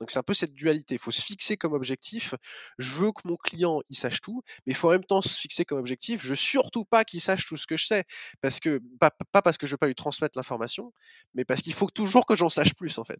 Donc c'est un peu cette dualité. Il faut se fixer comme objectif, je veux que mon client il sache tout, mais il faut en même temps se fixer comme objectif, je veux surtout pas qu'il sache tout ce que je sais, parce que pas parce que je veux pas lui transmettre l'information, mais parce qu'il faut toujours que j'en sache plus en fait.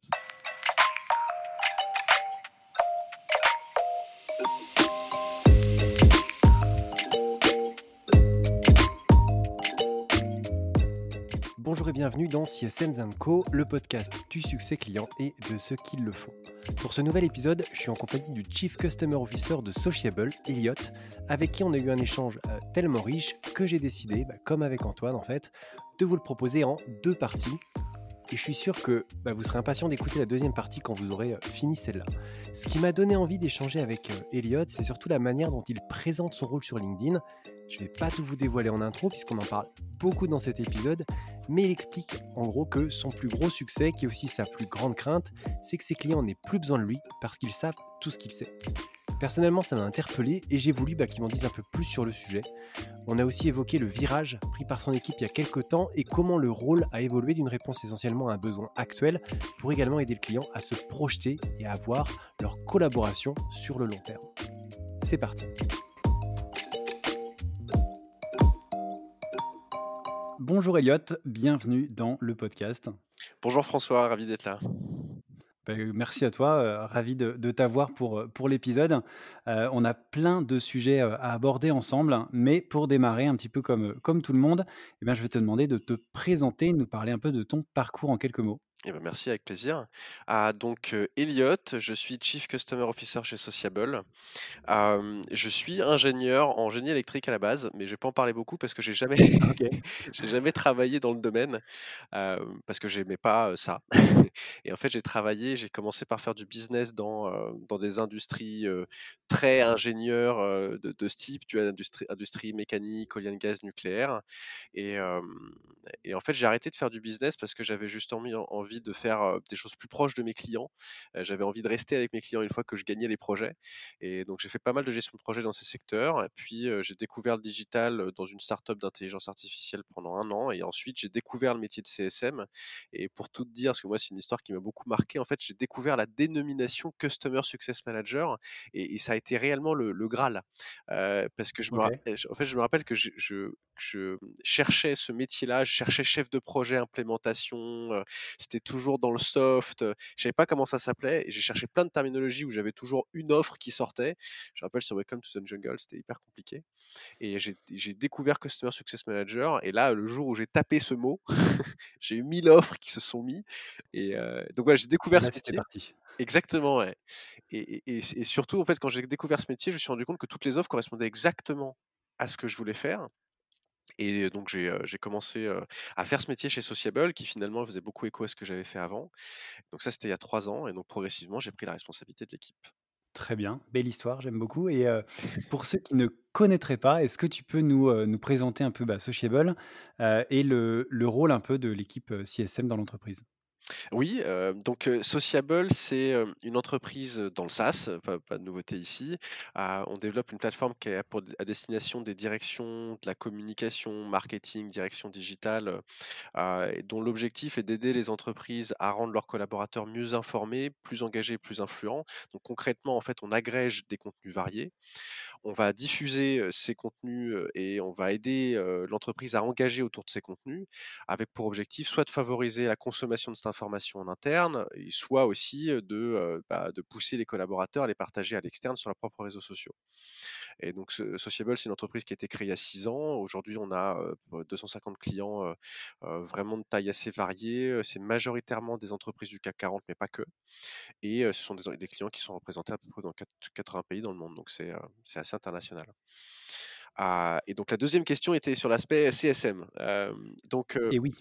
Bonjour et bienvenue dans CSM & Co, le podcast du succès client et de ceux qui le font. Pour ce nouvel épisode, je suis en compagnie du Chief Customer Officer de Sociable, Elliot, avec qui on a eu un échange tellement riche que j'ai décidé, comme avec Antoine en fait, de vous le proposer en 2 parties. Et je suis sûr que vous serez impatient d'écouter la deuxième partie quand vous aurez fini celle-là. Ce qui m'a donné envie d'échanger avec Elliot, c'est surtout la manière dont il présente son rôle sur LinkedIn. Je ne vais pas tout vous dévoiler en intro puisqu'on en parle beaucoup dans cet épisode, mais il explique en gros que son plus gros succès, qui est aussi sa plus grande crainte, c'est que ses clients n'aient plus besoin de lui parce qu'ils savent tout ce qu'il sait. Personnellement, ça m'a interpellé et j'ai voulu qu'il m'en dise un peu plus sur le sujet. On a aussi évoqué le virage pris par son équipe il y a quelques temps et comment le rôle a évolué d'une réponse essentiellement à un besoin actuel pour également aider le client à se projeter et à avoir leur collaboration sur le long terme. C'est parti. Bonjour Elliot, bienvenue dans le podcast. Bonjour François, ravi d'être là. Merci à toi, ravi de t'avoir pour l'épisode. On a plein de sujets à aborder ensemble, mais pour démarrer un petit peu comme tout le monde, je vais te demander de te présenter, de nous parler un peu de ton parcours en quelques mots. Merci, avec plaisir. Donc, Elliot, je suis Chief Customer Officer chez Sociable. Je suis ingénieur en génie électrique à la base, mais je vais pas en parler beaucoup parce que j'ai jamais, Ok. j'ai jamais travaillé dans le domaine, parce que j'aimais pas ça. Et en fait, j'ai commencé par faire du business dans des industries très ingénieurs de ce type, tu vois, industrie mécanique, oil and gaz, nucléaire. Et, euh, et en fait, j'ai arrêté de faire du business parce que j'avais juste envie de faire des choses plus proches de mes clients. J'avais envie de rester avec mes clients une fois que je gagnais les projets. Et donc, j'ai fait pas mal de gestion de projet dans ces secteurs. Et puis, j'ai découvert le digital dans une startup d'intelligence artificielle pendant 1 an. Et ensuite, j'ai découvert le métier de CSM. Et pour tout te dire, parce que moi, c'est une histoire qui m'a beaucoup marqué, en fait, j'ai découvert la dénomination Customer Success Manager. Et ça a été réellement le Graal. Parce que Ok. en fait, je me rappelle que je cherchais ce métier-là, je cherchais chef de projet implémentation, c'était toujours dans le soft, je savais pas comment ça s'appelait, et j'ai cherché plein de terminologies où j'avais toujours une offre qui sortait. Je me rappelle sur Welcome to the Jungle, c'était hyper compliqué. Et j'ai découvert Customer Success Manager, et là, le jour où j'ai tapé ce mot, j'ai eu 1000 offres qui se sont mis. Et donc voilà, j'ai Et découvert ce là, c'était métier. parti. Exactement, ouais. Et surtout, en fait, quand j'ai découvert ce métier, je me suis rendu compte que toutes les offres correspondaient exactement à ce que je voulais faire. Et donc j'ai commencé à faire ce métier chez Sociable, qui finalement faisait beaucoup écho à ce que j'avais fait avant. Donc ça, c'était il y a 3 ans, et donc progressivement, j'ai pris la responsabilité de l'équipe. Très bien, belle histoire, j'aime beaucoup. Et pour ceux qui ne connaîtraient pas, est-ce que tu peux nous présenter un peu Sociable et le rôle un peu de l'équipe CSM dans l'entreprise? Oui, donc Sociable, c'est une entreprise dans le SaaS, pas de nouveauté ici. On développe une plateforme qui est à destination des directions de la communication, marketing, direction digitale, et dont l'objectif est d'aider les entreprises à rendre leurs collaborateurs mieux informés, plus engagés, plus influents. Donc concrètement, en fait, on agrège des contenus variés. On va diffuser ces contenus et on va aider l'entreprise à engager autour de ces contenus, avec pour objectif soit de favoriser la consommation de cette information en interne, et soit aussi de pousser les collaborateurs à les partager à l'externe sur leurs propres réseaux sociaux. Et donc, Sociable, c'est une entreprise qui a été créée il y a 6 ans. Aujourd'hui, on a 250 clients vraiment de taille assez variée. C'est majoritairement des entreprises du CAC 40, mais pas que. Et ce sont des clients qui sont représentés à peu près dans 80 pays dans le monde. Donc, c'est assez international. Et donc, la deuxième question était sur l'aspect CSM. Et oui.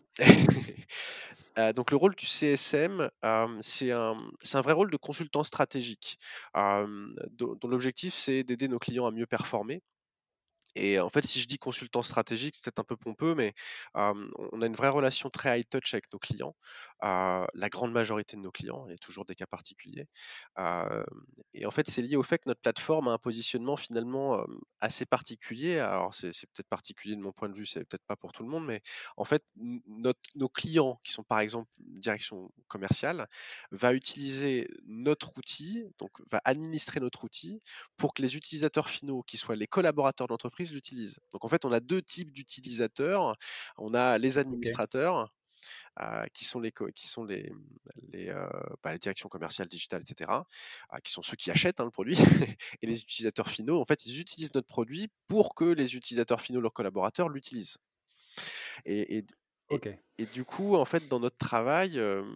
Donc le rôle du CSM, c'est un vrai rôle de consultant stratégique, dont l'objectif, c'est d'aider nos clients à mieux performer. Et en fait, si je dis consultant stratégique, c'est peut-être un peu pompeux, mais on a une vraie relation très high touch avec nos clients. La grande majorité de nos clients, il y a toujours des cas particuliers. Hem et en fait, c'est lié au fait que notre plateforme a un positionnement finalement, assez particulier. Alors c'est peut-être particulier de mon point de vue, c'est peut-être pas pour tout le monde, mais en fait, nos clients qui sont par exemple une direction commerciale, va utiliser notre outil, donc va administrer notre outil pour que les utilisateurs finaux, qui soient les collaborateurs de l'entreprise, l'utilisent. Donc en fait, on a deux types d'utilisateurs. On a les OK. administrateurs, qui sont les, les directions commerciales, digitales, etc., qui sont ceux qui achètent le produit, et les utilisateurs finaux, en fait, ils utilisent notre produit pour que les utilisateurs finaux, leurs collaborateurs, l'utilisent. Et, et, et- OK. et du coup, en fait, dans notre travail,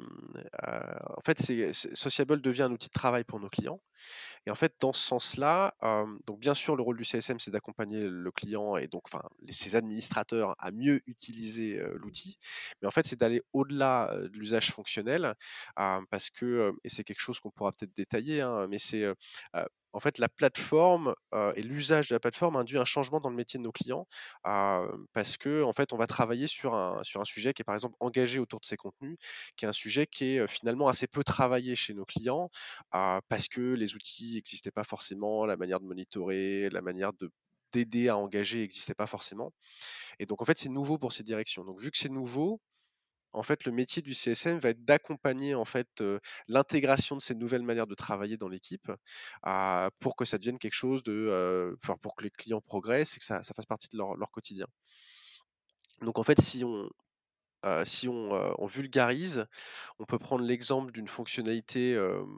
en fait, Sociable devient un outil de travail pour nos clients. Et en fait, dans ce sens-là, donc bien sûr, le rôle du CSM, c'est d'accompagner le client et donc, enfin, ses administrateurs à mieux utiliser l'outil. Mais en fait, c'est d'aller au-delà de l'usage fonctionnel, parce que, et c'est quelque chose qu'on pourra peut-être détailler, hein, mais en fait, la plateforme et l'usage de la plateforme induit un changement dans le métier de nos clients, parce que en fait, on va travailler sur un sujet qui est par exemple engagé autour de ces contenus, qui est un sujet qui est finalement assez peu travaillé chez nos clients, parce que les outils n'existaient pas forcément, la manière de monitorer, la manière d'aider à engager n'existait pas forcément. Et donc en fait, c'est nouveau pour ces directions. Donc vu que c'est nouveau, en fait, le métier du CSM va être d'accompagner en fait l'intégration de ces nouvelles manières de travailler dans l'équipe, pour que ça devienne quelque chose enfin, pour que les clients progressent et que ça fasse partie de leur quotidien. Donc en fait, si on vulgarise, on peut prendre l'exemple d'une fonctionnalité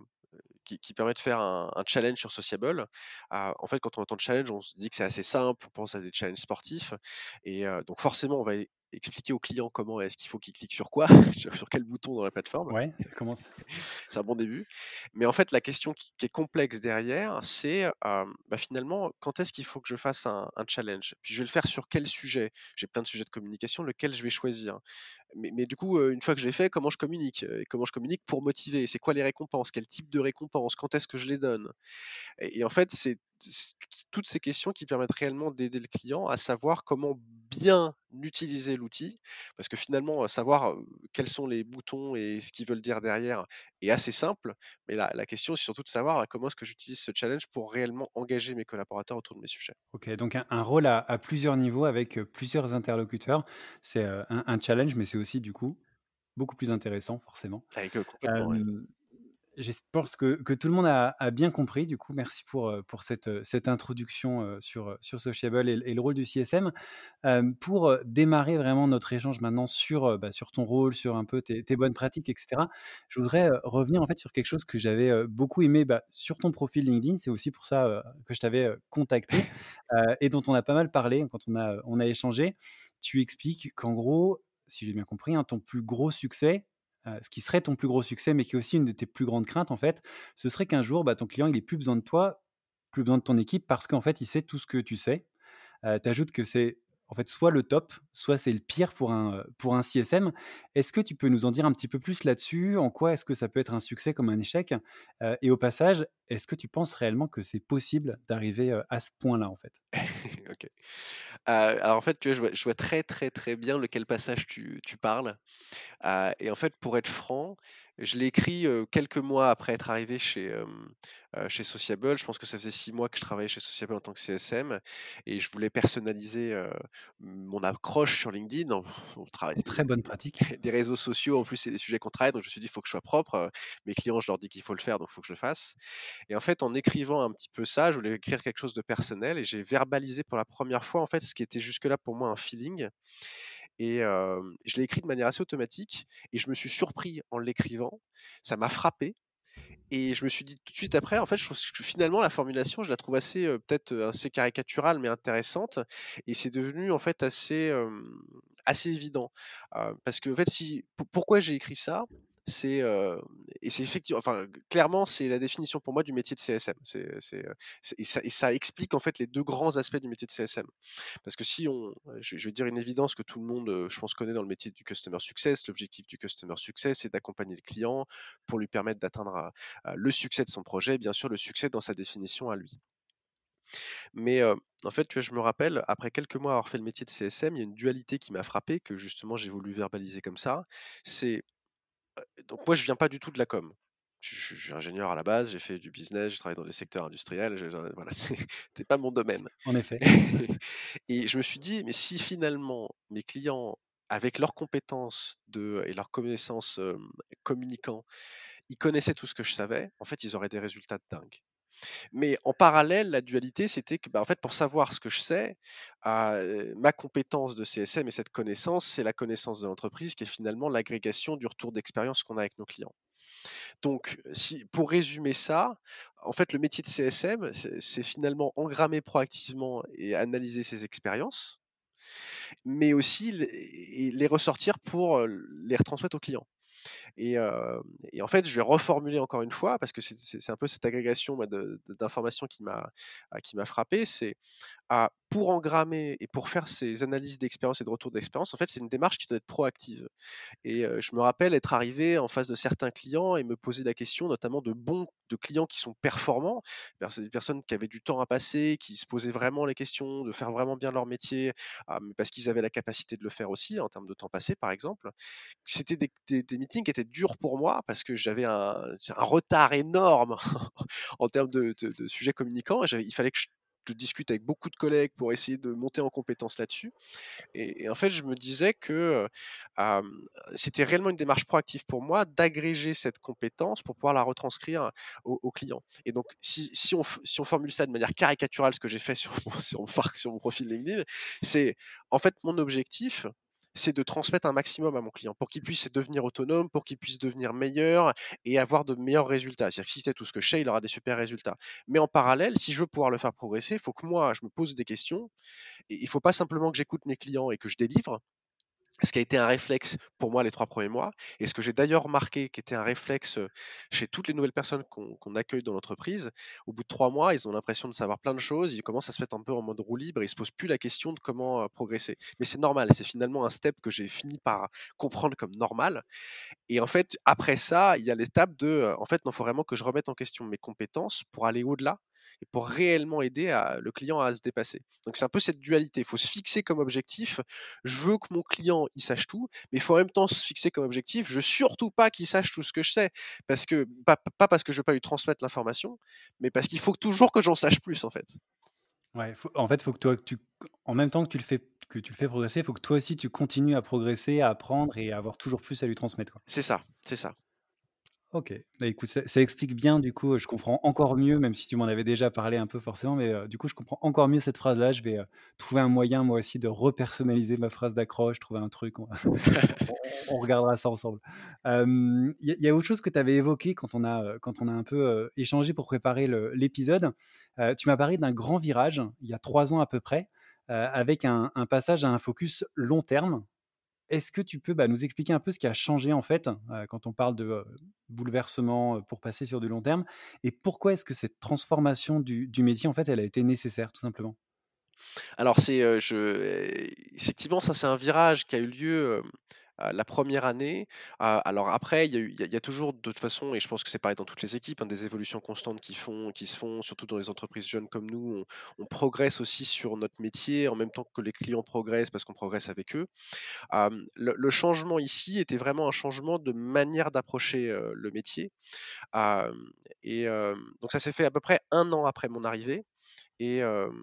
qui permet de faire un challenge sur Sociable. En fait, quand on entend challenge, on se dit que c'est assez simple, on pense à des challenges sportifs. Et donc forcément, on va expliquer au client comment est-ce qu'il faut qu'il clique sur quoi, sur quel bouton dans la plateforme. Ouais, ça commence. C'est un bon début. Mais en fait, la question qui est complexe derrière, c'est finalement, quand est-ce qu'il faut que je fasse un challenge? Puis je vais le faire sur quel sujet? J'ai plein de sujets de communication, lequel je vais choisir? Mais du coup, une fois que je l'ai fait, comment je communique? Et comment je communique pour motiver? C'est quoi les récompenses? Quel type de récompenses? Quand est-ce que je les donne? Et en fait, c'est toutes ces questions qui permettent réellement d'aider le client à savoir comment bien utiliser l'outil. Parce que finalement, savoir quels sont les boutons et ce qu'ils veulent dire derrière est assez simple. Mais la question, c'est surtout de savoir comment est-ce que j'utilise ce challenge pour réellement engager mes collaborateurs autour de mes sujets. OK, donc un rôle à plusieurs niveaux avec, plusieurs interlocuteurs. C'est, un challenge, mais c'est aussi du coup beaucoup plus intéressant forcément. Complètement, ouais. Hem, pense que tout le monde a bien compris du coup. Merci pour cette introduction, sur Sociable et le rôle du CSM. Pour, démarrer vraiment notre échange maintenant sur ton rôle, sur un peu tes bonnes pratiques et cetera, je voudrais, revenir en fait sur quelque chose que j'avais, beaucoup aimé, sur ton profil LinkedIn. C'est aussi pour ça, que je t'avais, contacté, et dont on a pas mal parlé quand on a échangé. Tu expliques qu'en gros, si j'ai bien compris, hein, ton plus gros succès, ce qui serait ton plus gros succès, mais qui est aussi une de tes plus grandes craintes en fait, ce serait qu'un jour, ton client il ait plus besoin de toi, plus besoin de ton équipe parce qu'en fait, il sait tout ce que tu sais. Tu ajoutes que c'est en fait soit le top, soit c'est le pire pour un CSM. Est-ce que tu peux nous en dire un petit peu plus là-dessus? En quoi est-ce que ça peut être un succès comme un échec? Et au passage, est-ce que tu penses réellement que c'est possible d'arriver, à ce point-là, en fait? Ok. Alors en fait, tu vois, je vois très très très bien lequel passage tu parles. Et en fait, pour être franc, je l'ai écrit, quelques mois après être arrivé chez Sociable. Je pense que ça faisait 6 mois que je travaillais chez Sociable en tant que CSM et je voulais personnaliser, mon accroche sur LinkedIn. On travaille Très bonne pratique. des réseaux sociaux, en plus, c'est des sujets qu'on travaille, donc je me suis dit: «Il faut que je sois propre». Mes clients, je leur dis qu'il faut le faire, donc il faut que je le fasse. Et en fait, en écrivant un petit peu ça, je voulais écrire quelque chose de personnel et j'ai verbalisé pour la première fois, en fait, ce qui était jusque-là pour moi un feeling. Et je l'ai écrit de manière assez automatique et je me suis surpris en l'écrivant. Ça m'a frappé et je me suis dit tout de suite après, en fait, je trouve que finalement la formulation, je la trouve assez, peut-être, assez caricaturale mais intéressante et c'est devenu en fait assez évident. Parce qu'en fait pourquoi j'ai écrit ça? C'est, et c'est effectivement enfin, clairement, c'est la définition pour moi du métier de CSM. Et ça explique en fait les 2 grands aspects du métier de CSM. Parce que si on, je vais dire une évidence que tout le monde, je pense, connaît dans le métier du customer success. L'objectif du customer success, c'est d'accompagner le client pour lui permettre d'atteindre le succès de son projet, et bien sûr le succès dans sa définition à lui. Mais en fait, tu vois, je me rappelle, après quelques mois avoir fait le métier de CSM, il y a une dualité qui m'a frappé, que justement j'ai voulu verbaliser comme ça. C'est donc moi, je viens pas du tout de la com. Je suis ingénieur à la base, j'ai fait du business, j'ai travaillé dans des secteurs industriels, voilà, c'était pas mon domaine. En effet. Et je me suis dit, mais si finalement mes clients, avec leurs compétences et leurs connaissances communicants, ils connaissaient tout ce que je savais, en fait, ils auraient des résultats de dingue. Mais en parallèle, la dualité, c'était que, bah, en fait, pour savoir ce que je sais, ma compétence de CSM et cette connaissance, c'est la connaissance de l'entreprise qui est finalement l'agrégation du retour d'expérience qu'on a avec nos clients. Donc, pour résumer ça, en fait, le métier de CSM, c'est finalement engrammer proactivement et analyser ses expériences, mais aussi les ressortir pour les retransmettre aux clients. Et, euh, et en fait, je vais reformuler encore une fois, parce que c'est un peu cette agrégation d'informations qui m'a frappé. C'est pour engrammer et pour faire ces analyses d'expérience et de retour d'expérience, en fait, c'est une démarche qui doit être proactive. Et je me rappelle être arrivé en face de certains clients et me poser la question, notamment de clients qui sont performants, des personnes qui avaient du temps à passer, qui se posaient vraiment les questions, de faire vraiment bien leur métier, mais parce qu'ils avaient la capacité de le faire aussi en termes de temps passé, par exemple. C'était des meetings qui étaient durs pour moi parce que j'avais un retard énorme en termes de sujets communicants. Il fallait que je discute avec beaucoup de collègues pour essayer de monter en compétence là-dessus. Et en fait, je me disais que euh, c'était réellement une démarche proactive pour moi d'agréger cette compétence pour pouvoir la retranscrire aux clients. Et donc, si on formule ça de manière caricaturale, ce que j'ai fait sur mon profil LinkedIn, c'est en fait mon objectif. C'est de transmettre un maximum à mon client pour qu'il puisse devenir autonome, pour qu'il puisse devenir meilleur et avoir de meilleurs résultats. C'est-à-dire que si c'est tout ce que je sais, il aura des super résultats. Mais en parallèle, si je veux pouvoir le faire progresser, il faut que moi, je me pose des questions et il ne faut pas simplement que j'écoute mes clients et que je délivre, ce qui a été un réflexe pour moi les 3 premiers mois, et ce que j'ai d'ailleurs remarqué qui était un réflexe chez toutes les nouvelles personnes qu'on accueille dans l'entreprise. Au bout de 3 mois, ils ont l'impression de savoir plein de choses, ils commencent à se mettre un peu en mode roue libre, et ils se posent plus la question de comment progresser. Mais c'est normal, c'est finalement un step que j'ai fini par comprendre comme normal. Et en fait, après ça, il y a l'étape en fait, non, il faut vraiment que je remette en question mes compétences pour aller au-delà et pour réellement aider le client à se dépasser. Donc c'est un peu cette dualité. Il faut se fixer comme objectif, je veux que mon client il sache tout, mais il faut en même temps se fixer comme objectif, je veux surtout pas qu'il sache tout ce que je sais, parce que pas parce que je veux pas lui transmettre l'information, mais parce qu'il faut toujours que j'en sache plus en fait. Ouais, en fait, faut que toi, en même temps que tu le fais progresser, il faut que toi aussi tu continues à progresser, à apprendre et à avoir toujours plus à lui transmettre, quoi. C'est ça, c'est ça. OK. Bah, écoute, ça explique bien du coup, je comprends encore mieux, même si tu m'en avais déjà parlé un peu forcément, mais du coup, je comprends encore mieux cette phrase-là. Je vais, trouver un moyen moi aussi de repersonnaliser ma phrase d'accroche, trouver un truc, on regardera ça ensemble. Il y a autre chose que tu avais évoqué quand on a un peu, échangé pour préparer l'épisode. Tu m'as parlé d'un grand virage, il y a 3 ans à peu près, avec un passage à un focus long terme. Est-ce que tu peux, bah, nous expliquer un peu ce qui a changé en fait, quand on parle de, bouleversement, pour passer sur du long terme? Et pourquoi est-ce que cette transformation du métier en fait, elle a été nécessaire tout simplement? Alors effectivement, ça c'est un virage qui a eu lieu, la première année. Alors après, il y a toujours de toute façon, et je pense que c'est pareil dans toutes les équipes, hein, des évolutions constantes qui se font, surtout dans les entreprises jeunes comme nous. On progresse aussi sur notre métier en même temps que les clients progressent parce qu'on progresse avec eux. Le changement ici était vraiment un changement de manière d'approcher, le métier. Hem donc ça s'est fait à peu près 1 an après mon arrivée. Et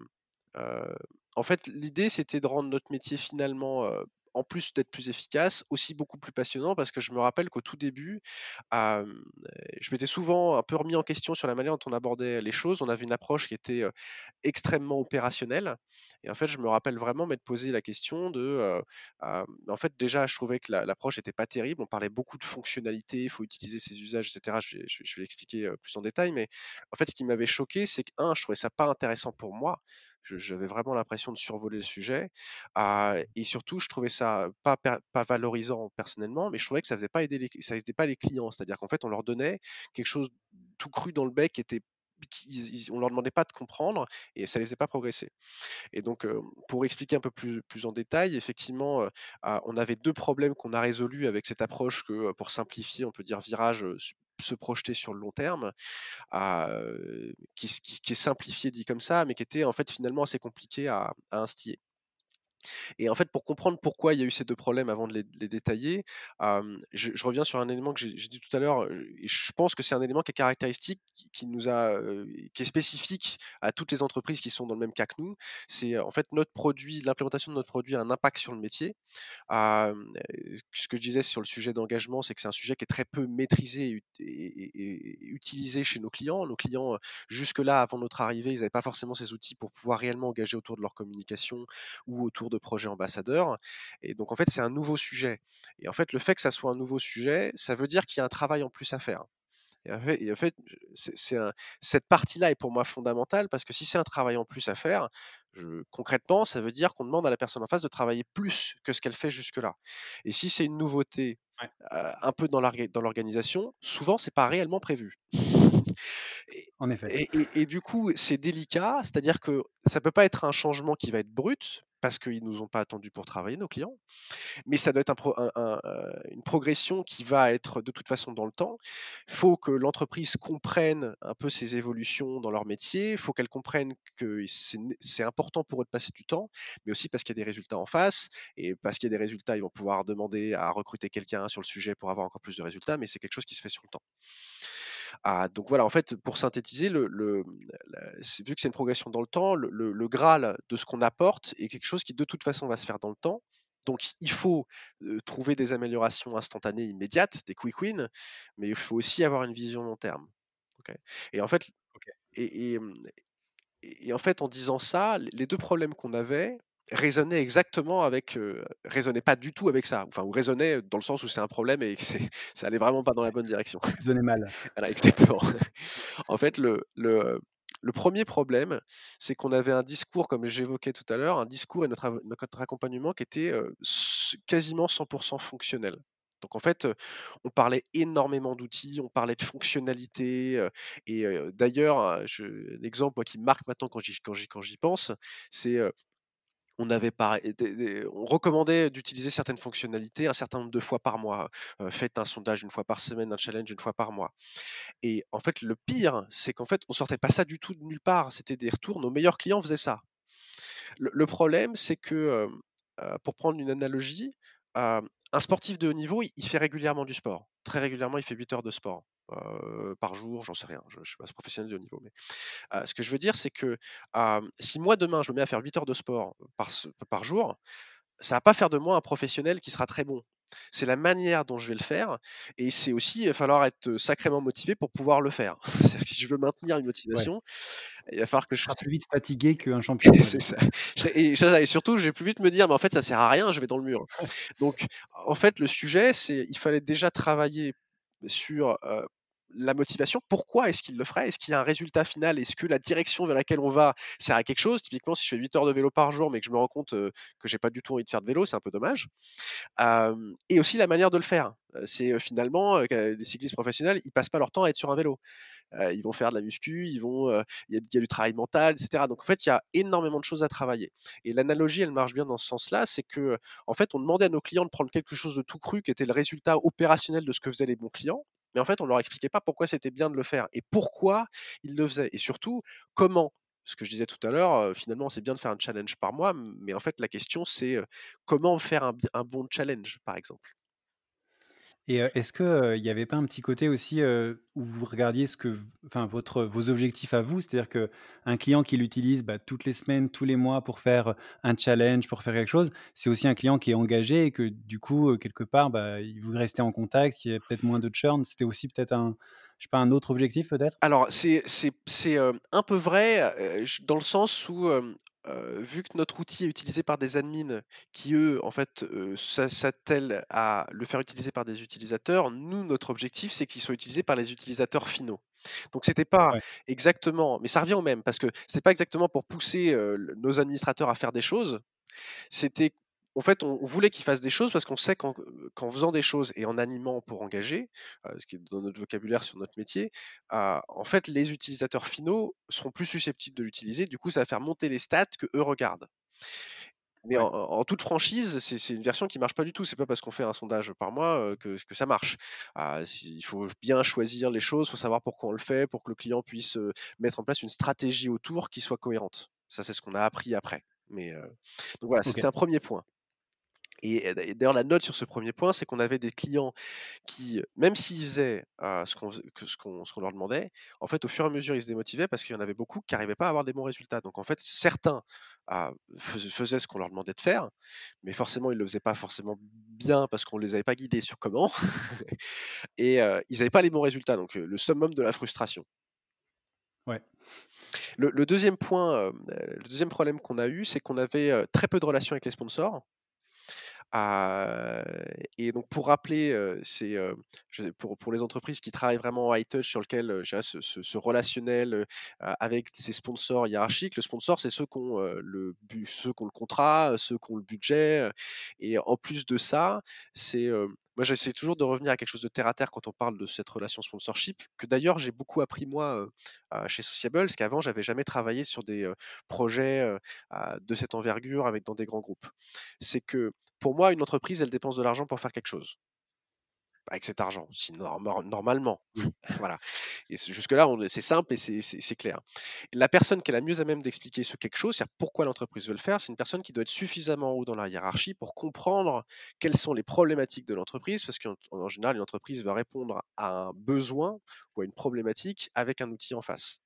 heu, en fait, l'idée, c'était de rendre notre métier finalement, en plus d'être plus efficace, aussi beaucoup plus passionnant, parce que je me rappelle qu'au tout début, hem, je m'étais souvent un peu remis en question sur la manière dont on abordait les choses. On avait une approche qui était, extrêmement opérationnelle, et en fait, je me rappelle vraiment m'être posé la question en fait, déjà, je trouvais que l'approche était pas terrible. On parlait beaucoup de fonctionnalités, il faut utiliser ses usages et cetera. Je vais l'expliquer, plus en détail, mais en fait, ce qui m'avait choqué, c'est que je trouvais ça pas intéressant pour moi. J'avais vraiment l'impression de survoler le sujet, et surtout, je trouvais ça pas valorisant personnellement, mais je trouvais que ça aidait pas les clients. C'est-à-dire qu'en fait, on leur donnait quelque chose tout cru dans le bec on leur demandait pas de comprendre, et ça les faisait pas progresser. Et donc, pour expliquer un peu plus en détail, effectivement, on avait 2 problèmes qu'on a résolus avec cette approche que, pour simplifier, on peut dire virage, se projeter sur le long terme, qui est simplifié dit comme ça, mais qui était en fait finalement assez compliqué à instiller. Et en fait, pour comprendre pourquoi il y a eu ces 2 problèmes avant de les détailler, je reviens sur un élément que j'ai dit tout à l'heure, et je pense que c'est un élément qui est caractéristique, qui est spécifique à toutes les entreprises qui sont dans le même cas que nous. C'est, en fait, notre produit, l'implémentation de notre produit a un impact sur le métier. Ce que je disais sur le sujet d'engagement, c'est que c'est un sujet qui est très peu maîtrisé et utilisé chez nos clients. Nos clients, jusque-là, avant notre arrivée, ils n'avaient pas forcément ces outils pour pouvoir réellement engager autour de leur communication ou autour de projets ambassadeurs. Et donc, en fait, c'est un nouveau sujet. Et en fait, le fait que ça soit un nouveau sujet, ça veut dire qu'il y a un travail en plus à faire. Et en fait, cette partie-là est pour moi fondamentale parce que si c'est un travail en plus à faire, concrètement, ça veut dire qu'on demande à la personne en face de travailler plus que ce qu'elle fait jusque-là. Et si c'est une nouveauté Ouais, un peu dans l'organisation, souvent c'est pas réellement prévu. Et, en effet. et du coup, c'est délicat, c'est-à-dire que ça peut pas être un changement qui va être brut parce qu'ils nous ont pas attendus pour travailler, nos clients, mais ça doit être une progression qui va être de toute façon dans le temps. Il faut que l'entreprise comprenne un peu ces évolutions dans leur métier. Il faut qu'elle comprenne que c'est important pour eux de passer du temps, mais aussi parce qu'il y a des résultats en face. Et parce qu'il y a des résultats, ils vont pouvoir demander à recruter quelqu'un sur le sujet pour avoir encore plus de résultats, mais c'est quelque chose qui se fait sur le temps. Donc voilà, en fait, pour synthétiser, vu que c'est une progression dans le temps, le Graal de ce qu'on apporte est quelque chose qui de toute façon va se faire dans le temps. Donc il faut trouver des améliorations instantanées, immédiates, des quick wins, mais il faut aussi avoir une vision long terme. Ok. Et en fait, Ok. et, et, et en fait, en disant ça, les 2 problèmes qu'on avait résonnaient exactement avec, résonnaient pas du tout avec ça. Enfin, ou résonnaient dans le sens où c'est un problème et que ça allait vraiment pas dans la bonne direction. Raisonnez mal. Voilà, exactement. En fait, le 1er problème, c'est qu'on avait un discours, comme j'évoquais tout à l'heure, un discours et notre accompagnement qui était, quasiment 100 fonctionnel. Donc en fait, on parlait énormément d'outils, on parlait de fonctionnalités, d'ailleurs, l'exemple moi qui me marque maintenant quand j'y pense, c'est, on avait on recommandait d'utiliser certaines fonctionnalités un certain nombre de fois par mois. Faites un sondage une fois par semaine, un challenge une fois par mois. Et en fait, le pire, c'est qu'en fait, on sortait pas ça du tout de nulle part. C'était des retours. Nos meilleurs clients faisaient ça. Le problème, c'est que, pour prendre une analogie, un sportif de haut niveau, il fait régulièrement du sport. Très régulièrement, il fait 8 heures de sport par jour. J'en sais rien. Je ne suis pas professionnel de haut niveau, mais ce que je veux dire, c'est que si moi demain je me mets à faire 8 heures de sport par jour, ça va pas faire de moi un professionnel qui sera très bon. C'est la manière dont je vais le faire et c'est aussi, il va falloir être sacrément motivé pour pouvoir le faire. C'est-à-dire que si je veux maintenir une Ouais. motivation, il va falloir que Tu je seras plus vite fatigué qu'un champion, on va c'est dire. ça. Et surtout, je vais plus vite me dire: «Mais en fait, ça sert à rien, je vais dans le mur». Donc en fait, le sujet, c'est il fallait déjà travailler sur, la motivation. Pourquoi est-ce qu'il le ferait? Est-ce qu'il y a un résultat final? Est-ce que la direction vers laquelle on va sert à quelque chose? Typiquement, si je fais 8 heures de vélo par jour, mais que je me rends compte, que j'ai pas du tout envie de faire de vélo, c'est un peu dommage. Et aussi la manière de le faire. C'est, finalement, que les cyclistes professionnels, ils passent pas leur temps à être sur un vélo. Ils vont faire de la muscu, il y a du travail mental, et cetera. Donc en fait, il y a énormément de choses à travailler. Et l'analogie, elle marche bien dans ce sens-là, c'est que, en fait, on demandait à nos clients de prendre quelque chose de tout cru qui était le résultat opérationnel de ce que faisaient les bons clients. Mais en fait, on leur expliquait pas pourquoi c'était bien de le faire et pourquoi ils le faisaient et surtout comment. Ce que je disais tout à l'heure, finalement, c'est bien de faire un challenge par mois, mais en fait, la question, c'est comment faire un bon challenge, par exemple. Et est-ce que, il y avait pas un petit côté aussi, où vous regardiez ce que v enfin vos objectifs à vous? C'est-à-dire qu'un client qui l'utilise, bah, toutes les semaines, tous les mois pour faire, un challenge, pour faire quelque chose, c'est aussi un client qui est engagé et que du coup, quelque part, bah, il veut rester en contact, il y a peut-être moins de churn. C'était aussi peut-être un je sais pas, un autre objectif peut-être? Alors c'est un peu vrai, dans le sens où, vu que notre outil est utilisé par des admins qui eux, en fait, s'attellent à le faire utiliser par des utilisateurs, nous, notre objectif, c'est qu'il soit utilisé par les utilisateurs finaux. Donc c'était pas Ouais. exactement, mais ça revient au même parce que c'est pas exactement pour pousser, nos administrateurs à faire des choses, c'était en fait, on voulait qu'ils fassent des choses parce qu'on sait qu'en faisant des choses et en animant pour engager, ce qui est dans notre vocabulaire sur notre métier, en fait, les utilisateurs finaux seront plus susceptibles de l'utiliser. Du coup, ça va faire monter les stats qu'eux regardent. Mais en toute franchise, c'est une version qui marche pas du tout. C'est pas parce qu'on fait un sondage par mois que ça marche. Il faut bien choisir les choses, il faut savoir pourquoi on le fait, pour que le client puisse mettre en place une stratégie autour qui soit cohérente. Ça, c'est ce qu'on a appris après. Donc voilà, Ok. c'était un premier point. Et d'ailleurs, la note sur ce premier point, c'est qu'on avait des clients qui, même s'ils faisaient ce qu'on leur demandait, en fait, au fur et à mesure, ils se démotivaient parce qu'il y en avait beaucoup qui n'arrivaient pas à avoir des bons résultats. Donc, en fait, certains faisaient ce qu'on leur demandait de faire, mais forcément, ils ne le faisaient pas forcément bien parce qu'on ne les avait pas guidés sur comment, et ils n'avaient pas les bons résultats. Donc, le summum de la frustration. Ouais. Le deuxième point, le deuxième problème qu'on a eu, c'est qu'on avait très peu de relations avec les sponsors. Et donc pour rappeler, pour les entreprises qui travaillent vraiment en high touch sur lequel, je dirais ce relationnel, avec ces sponsors hiérarchiques. Le sponsor, c'est ceux qui ont, ceux qui ont le contrat, ceux qui ont le budget, et en plus de ça, moi j'essaie toujours de revenir à quelque chose de terre à terre quand on parle de cette relation sponsorship, que d'ailleurs j'ai beaucoup appris moi, chez Sociable, parce qu'avant j'avais jamais travaillé sur des, projets, de cette envergure dans des grands groupes. C'est que pour moi, une entreprise, elle dépense de l'argent pour faire quelque chose. Avec cet argent, si normalement. Oui. Voilà. Et jusque-là, c'est simple et c'est clair. La personne qui est la mieux à même d'expliquer ce quelque chose, c'est-à-dire pourquoi l'entreprise veut le faire, c'est une personne qui doit être suffisamment haut dans la hiérarchie pour comprendre quelles sont les problématiques de l'entreprise, parce qu'en général, une entreprise va répondre à un besoin ou à une problématique avec un outil en face.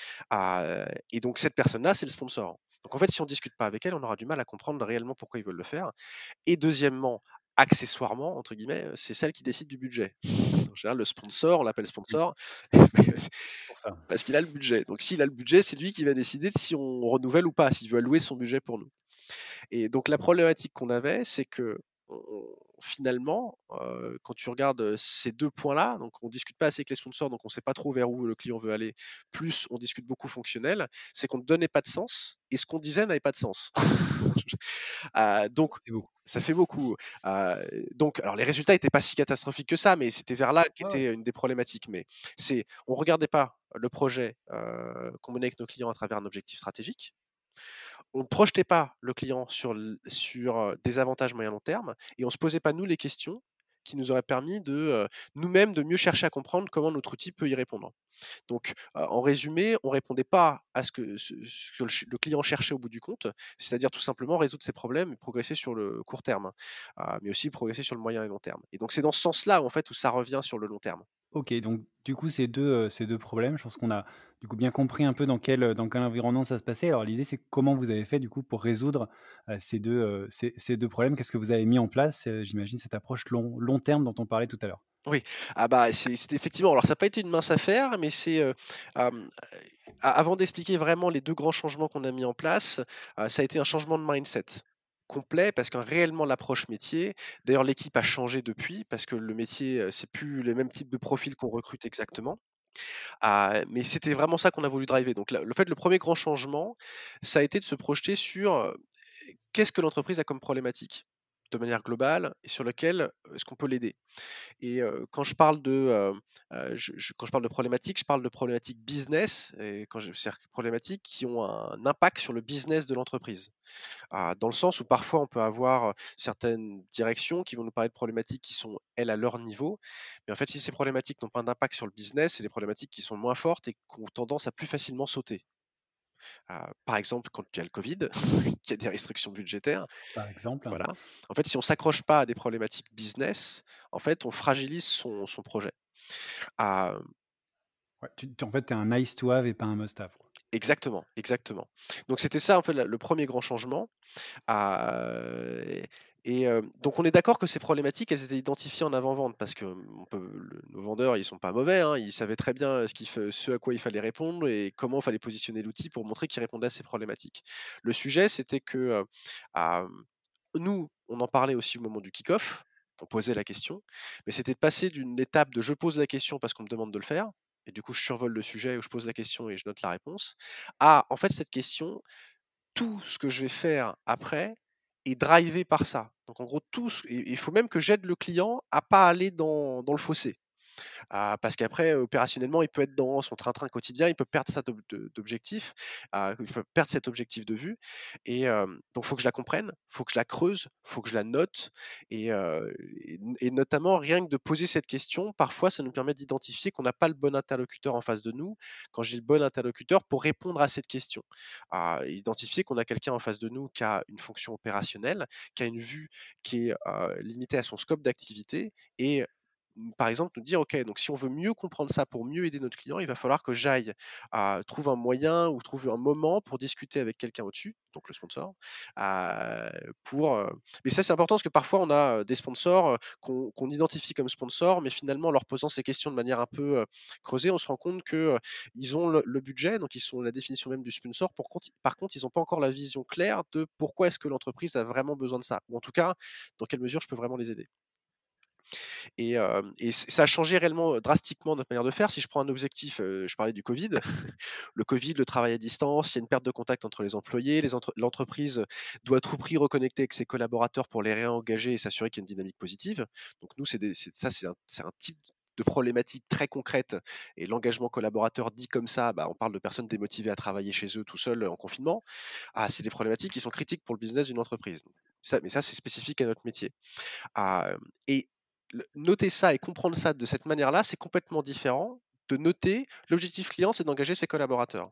Et donc, cette personne-là, c'est le sponsor. Donc, en fait, si on ne discute pas avec elle, on aura du mal à comprendre réellement pourquoi ils veulent le faire. Et deuxièmement, accessoirement, entre guillemets, c'est celle qui décide du budget. En général, le sponsor, on l'appelle Oui, sponsor c'est pour ça. parce qu'il a le budget. Donc s'il a le budget, c'est lui qui va décider de si on renouvelle ou pas, s'il veut allouer son budget pour nous. Et donc la problématique qu'on avait, c'est que finalement, quand tu regardes ces deux points-là, donc on discute pas assez avec les sponsors, donc on sait pas trop vers où le client veut aller, plus on discute beaucoup fonctionnel, c'est qu'on ne donnait pas de sens et ce qu'on disait n'avait pas de sens. Donc C'est beaucoup. ça fait beaucoup. Donc, alors les résultats n'étaient pas si catastrophiques que ça, mais c'était vers là Ouais, ouais. qu'était une des problématiques. Mais on regardait pas le projet qu'on menait avec nos clients à travers un objectif stratégique. On ne projetait pas le client sur des avantages moyen long terme et on ne se posait pas nous les questions qui nous auraient permis de nous-mêmes de mieux chercher à comprendre comment notre outil peut y répondre. Donc, en résumé, on répondait pas à ce que le client cherchait au bout du compte, c'est-à-dire tout simplement résoudre ses problèmes et progresser sur le court terme, mais aussi progresser sur le moyen et long terme. Et donc, c'est dans ce sens-là, en fait, où ça revient sur le long terme. OK, donc du coup, ces 2 problèmes, je pense qu'on a, du coup, bien compris un peu dans quel environnement ça se passait. Alors l'idée, c'est comment vous avez fait, du coup, pour résoudre, ces 2 problèmes? Qu'est-ce que vous avez mis en place? J'imagine cette approche long terme dont on parlait tout à l'heure. Oui, bah, c'est effectivement, alors ça n'a pas été une mince affaire, mais avant d'expliquer vraiment les 2 grands changements qu'on a mis en place, ça a été un changement de mindset complet parce que réellement l'approche métier, d'ailleurs l'équipe a changé depuis parce que le métier, c'est plus les mêmes types de profils qu'on recrute exactement. Mais c'était vraiment ça qu'on a voulu driver. Donc le premier grand changement, ça a été de se projeter sur, qu'est-ce que l'entreprise a comme problématique? De manière globale et sur lequel, est-ce qu'on peut l'aider? Et quand je parle quand je parle de problématiques, je parle de problématiques business et c'est-à-dire problématiques qui ont un impact sur le business de l'entreprise. Dans le sens où parfois on peut avoir, certaines directions qui vont nous parler de problématiques qui sont, elles, à leur niveau. Mais en fait, si ces problématiques n'ont pas d'impact sur le business, c'est des problématiques qui sont moins fortes et qui ont tendance à plus facilement sauter. Par exemple, quand il y a le Covid, qu'il y a des restrictions budgétaires, Par exemple? voilà. En fait, si on s'accroche pas à des problématiques business, en fait, on fragilise son projet. Ah, Ouais, en fait, tu es un nice to have et pas un must have, quoi. exactement, exactement. Donc c'était ça, en fait, le premier grand changement. Ah, donc on est d'accord que ces problématiques, elles étaient identifiées en avant-vente parce que nos vendeurs, ils sont pas mauvais, hein, ils savaient très bien ce à quoi il fallait répondre et comment il fallait positionner l'outil pour montrer qu'il répondait à ces problématiques. Le sujet, c'était que ah, nous, on en parlait aussi au moment du kick-off, on posait la question, mais c'était de passer d'une étape de je pose la question parce qu'on me demande de le faire, et du coup je survole le sujet où je pose la question et je note la réponse, à en fait cette question, tout ce que je vais faire après est drivé par ça. Donc en gros, il faut même que j'aide le client à pas aller dans le fossé. Parce qu'après, opérationnellement, il peut être dans son train-train quotidien, il peut perdre ça d'objectif, il peut perdre cet objectif de vue. Et donc, il faut que je la comprenne, il faut que je la creuse, il faut que je la note. Et notamment, rien que de poser cette question, parfois, ça nous permet d'identifier qu'on n'a pas le bon interlocuteur en face de nous. Quand je dis le bon interlocuteur, pour répondre à cette question, identifier qu'on a quelqu'un en face de nous qui a une fonction opérationnelle, qui a une vue qui est limitée à son scope d'activité et par exemple, nous dire, OK, donc si on veut mieux comprendre ça pour mieux aider notre client, il va falloir que j'aille trouver un moyen ou trouver un moment pour discuter avec quelqu'un au-dessus, donc le sponsor. euh, Mais ça, c'est important parce que parfois, on a des sponsors qu'on identifie comme sponsors, mais finalement, en leur posant ces questions de manière un peu creusée, on se rend compte que ils ont le budget, donc ils sont la définition même du sponsor. Par contre, ils n'ont pas encore la vision claire de pourquoi est-ce que l'entreprise a vraiment besoin de ça, ou en tout cas, dans quelle mesure je peux vraiment les aider. Et ça a changé réellement drastiquement notre manière de faire. Si je prends un objectif, je parlais du Covid, le Covid, le travail à distance, il y a une perte de contact entre les employés, l'entreprise doit à tout prix reconnecter avec ses collaborateurs pour les réengager et s'assurer qu'il y a une dynamique positive. Donc nous, c'est un type de problématique très concrète. Et l'engagement collaborateur dit comme ça, bah, on parle de personnes démotivées à travailler chez eux tout seuls en confinement. C'est des problématiques qui sont critiques pour le business d'une entreprise. Mais ça, c'est spécifique à notre métier. Ah, et noter ça et comprendre ça de cette manière-là, c'est complètement différent de noter l'objectif client, c'est d'engager ses collaborateurs.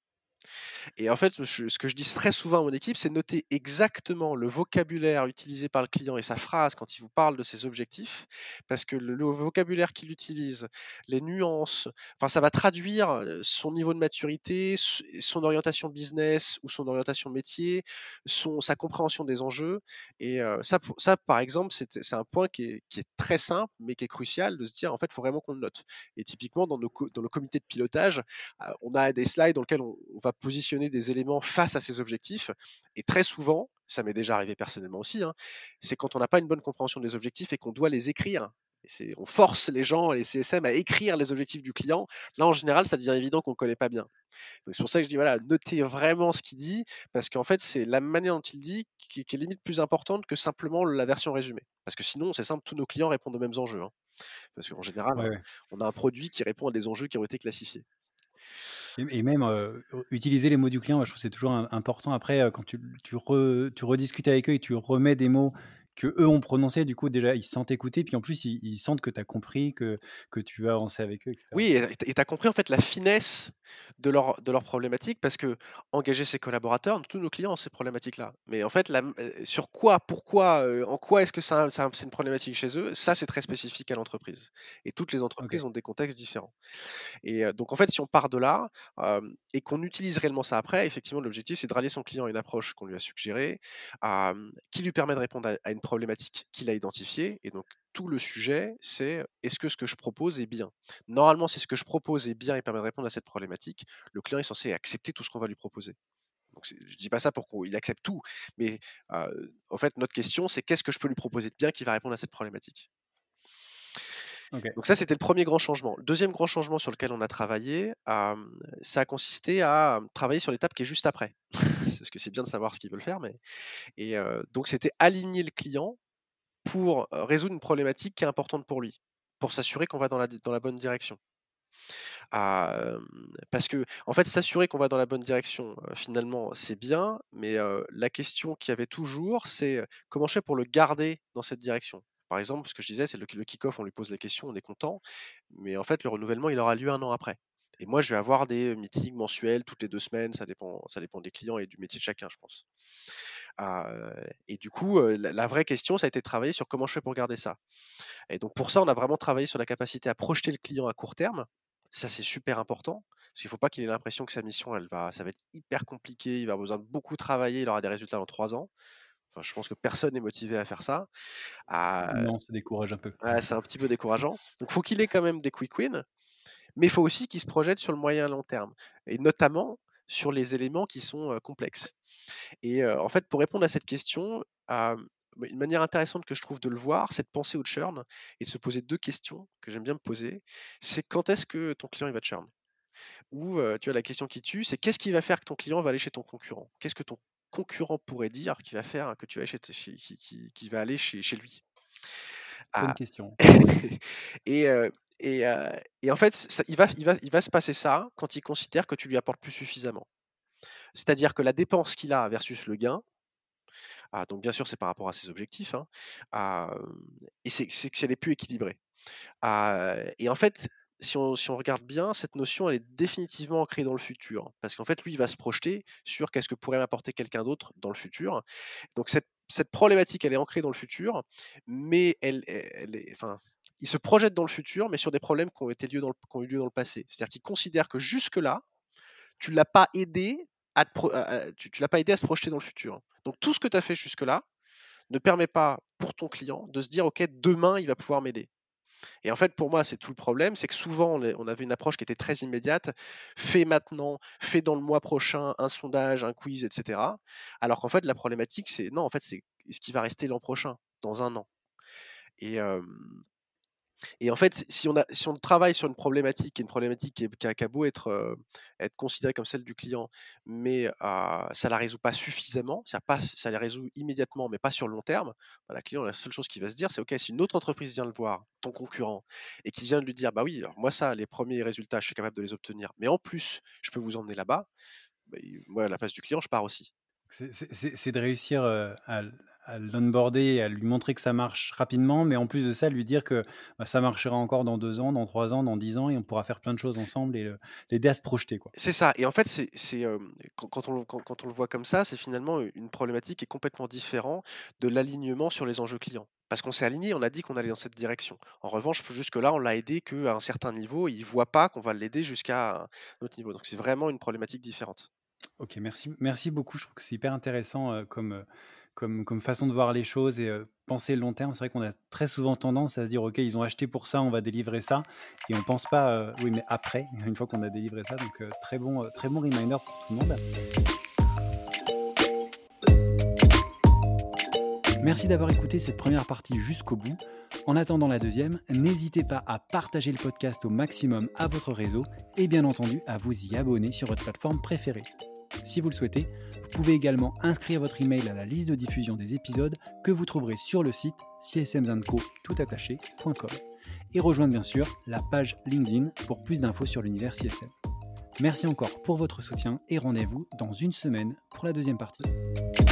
Et en fait, ce que je dis très souvent à mon équipe, c'est noter exactement le vocabulaire utilisé par le client et sa phrase quand il vous parle de ses objectifs, parce que le vocabulaire qu'il utilise, les nuances, enfin, ça va traduire son niveau de maturité, son orientation business ou son orientation métier, sa compréhension des enjeux. Et ça, par exemple, c'est un point qui est très simple, mais qui est crucial de se dire, en fait, il faut vraiment qu'on le note. Et typiquement, dans le comité de pilotage, on a des slides dans lesquels on va positionner des éléments face à ces objectifs. Et très souvent, ça m'est déjà arrivé personnellement aussi, hein, c'est quand on n'a pas une bonne compréhension des objectifs et qu'on doit les écrire. On force les gens, les CSM, à écrire les objectifs du client. Là, en général, ça devient évident qu'on ne connaît pas bien. Donc, c'est pour ça que je dis, voilà, notez vraiment ce qu'il dit, parce qu'en fait, c'est la manière dont il dit qui est limite plus importante que simplement la version résumée. Parce que sinon, c'est simple, tous nos clients répondent aux mêmes enjeux, hein. Parce qu'en général, Ouais, ouais. on a un produit qui répond à des enjeux qui ont été classifiés. Et même utiliser les mots du client, moi, je trouve que c'est toujours important. Après, quand tu rediscutes avec eux et tu remets des mots que eux ont prononcés, du coup, déjà, ils se sentent écoutés. Puis en plus, ils sentent que tu as compris, que tu vas avancer avec eux, etc. Oui, et tu as compris en fait la finesse de leur problématique parce que engager ses collaborateurs, tous nos clients ont ces problématiques-là. Mais en fait, sur quoi, pourquoi, en quoi est-ce que c'est une problématique chez eux, ça c'est très spécifique à l'entreprise. Et toutes les Ok. entreprises ont des contextes différents. Et donc en fait, si on part de là et qu'on utilise réellement ça après, effectivement, l'objectif c'est de rallier son client à une approche qu'on lui a suggérée, qui lui permet de répondre à une problématique qu'il a identifiée. Et donc tout le sujet, c'est est-ce que ce que je propose est bien. Normalement, si ce que je propose est bien et permet de répondre à cette problématique, le client est censé accepter tout ce qu'on va lui proposer. Donc, je ne dis pas ça pour qu'il accepte tout, mais en fait, notre question, c'est qu'est-ce que je peux lui proposer de bien qui va répondre à cette problématique. Ok. Donc ça, c'était le premier grand changement. Le deuxième grand changement sur lequel on a travaillé, ça a consisté à travailler sur l'étape qui est juste après. Parce que c'est bien de savoir ce qu'ils veulent faire, mais donc c'était aligner le client pour résoudre une problématique qui est importante pour lui, pour s'assurer qu'on va dans la bonne direction. Parce que en fait, s'assurer qu'on va dans la bonne direction, finalement, c'est bien, mais la question qu'il y avait toujours, c'est comment je fais pour le garder dans cette direction. Par exemple, ce que je disais, c'est le kick-off, on lui pose la question, on est content, mais en fait, le renouvellement, il aura lieu 1 an après. Et moi, je vais avoir des meetings mensuels toutes les 2 semaines, ça dépend des clients et du métier de chacun, je pense. Et du coup, la vraie question, ça a été de travailler sur comment je fais pour garder ça. Et donc pour ça, on a vraiment travaillé sur la capacité à projeter le client à court terme. Ça, c'est super important, parce qu'il ne faut pas qu'il ait l'impression que sa mission, ça va être hyper compliqué, il va avoir besoin de beaucoup travailler, il aura des résultats dans 3 ans. Enfin, je pense que personne n'est motivé à faire ça. Ah, Non, ça décourage un peu. ouais, c'est un petit peu décourageant. Donc, il faut qu'il ait quand même des quick wins, mais il faut aussi qu'il se projette sur le moyen et long terme, et notamment sur les éléments qui sont complexes. Et en fait, pour répondre à cette question, une manière intéressante que je trouve de le voir, c'est de penser au churn et de se poser 2 questions que j'aime bien me poser. C'est quand est-ce que ton client il va churn? Ou tu vois, la question qui tue, c'est qu'est-ce qui va faire que ton client va aller chez ton concurrent? Qu'est-ce que ton concurrent pourrait dire qui va faire que tu vas qui va aller chez lui? Bonne Ah. question. Et Et, et en fait, il va se passer ça quand il considère que tu lui apportes plus suffisamment. C'est-à-dire que la dépense qu'il a versus le gain, donc bien sûr c'est par rapport à ses objectifs, hein, et c'est qu'elle est plus équilibrée. Et en fait, si on regarde bien, cette notion, elle est définitivement ancrée dans le futur. Parce qu'en fait, lui, il va se projeter sur qu'est-ce que pourrait m'apporter quelqu'un d'autre dans le futur. Donc cette problématique, elle est ancrée dans le futur, mais enfin, il se projette dans le futur, mais sur des problèmes qui ont eu lieu dans le passé. C'est-à-dire qu'il considère que jusque-là, tu l'as pas aidé tu l'as pas aidé à se projeter dans le futur. Donc tout ce que tu as fait jusque-là ne permet pas pour ton client de se dire, OK, demain, il va pouvoir m'aider. Et en fait, pour moi, c'est tout le problème, c'est que souvent, on avait une approche qui était très immédiate, fais maintenant, fais dans le mois prochain un sondage, un quiz, etc. Alors qu'en fait, la problématique, c'est non, en fait, c'est ce qui va rester l'an prochain, dans un an. Et, et en fait, si on travaille sur une problématique, qui a beau être considérée comme celle du client, mais ça la résout pas suffisamment, ça la résout immédiatement, mais pas sur le long terme, bah, la client, la seule chose qu'il va se dire, c'est OK, si une autre entreprise vient le voir, ton concurrent, et qui vient de lui dire, bah oui, alors moi ça, les premiers résultats, je suis capable de les obtenir, mais en plus, je peux vous emmener là-bas, bah, moi, à la place du client, je pars aussi. C'est de réussir à l'onboarder et à lui montrer que ça marche rapidement, mais en plus de ça, lui dire que ça marchera encore dans 2 ans, dans 3 ans, dans 10 ans, et on pourra faire plein de choses ensemble et l'aider à se projeter, quoi. C'est ça. Et en fait, quand on le voit comme ça, c'est finalement une problématique qui est complètement différente de l'alignement sur les enjeux clients. Parce qu'on s'est aligné, on a dit qu'on allait dans cette direction. En revanche, jusque-là, on l'a aidé qu'à un certain niveau, et il ne voit pas qu'on va l'aider jusqu'à un autre niveau. Donc c'est vraiment une problématique différente. Ok, merci beaucoup. Je trouve que c'est hyper intéressant comme façon de voir les choses et penser long terme. C'est vrai qu'on a très souvent tendance à se dire, ok, ils ont acheté pour ça, on va délivrer ça, et on pense pas, oui, mais après, une fois qu'on a délivré ça. Donc très bon reminder pour tout le monde. Merci d'avoir écouté cette première partie jusqu'au bout. En attendant la deuxième, n'hésitez pas à partager le podcast au maximum à votre réseau et bien entendu à vous y abonner sur votre plateforme préférée. Si vous le souhaitez, vous pouvez également inscrire votre email à la liste de diffusion des épisodes que vous trouverez sur le site csmzandco.com et rejoindre bien sûr la page LinkedIn pour plus d'infos sur l'univers CSM. Merci encore pour votre soutien et rendez-vous dans une semaine pour la deuxième partie.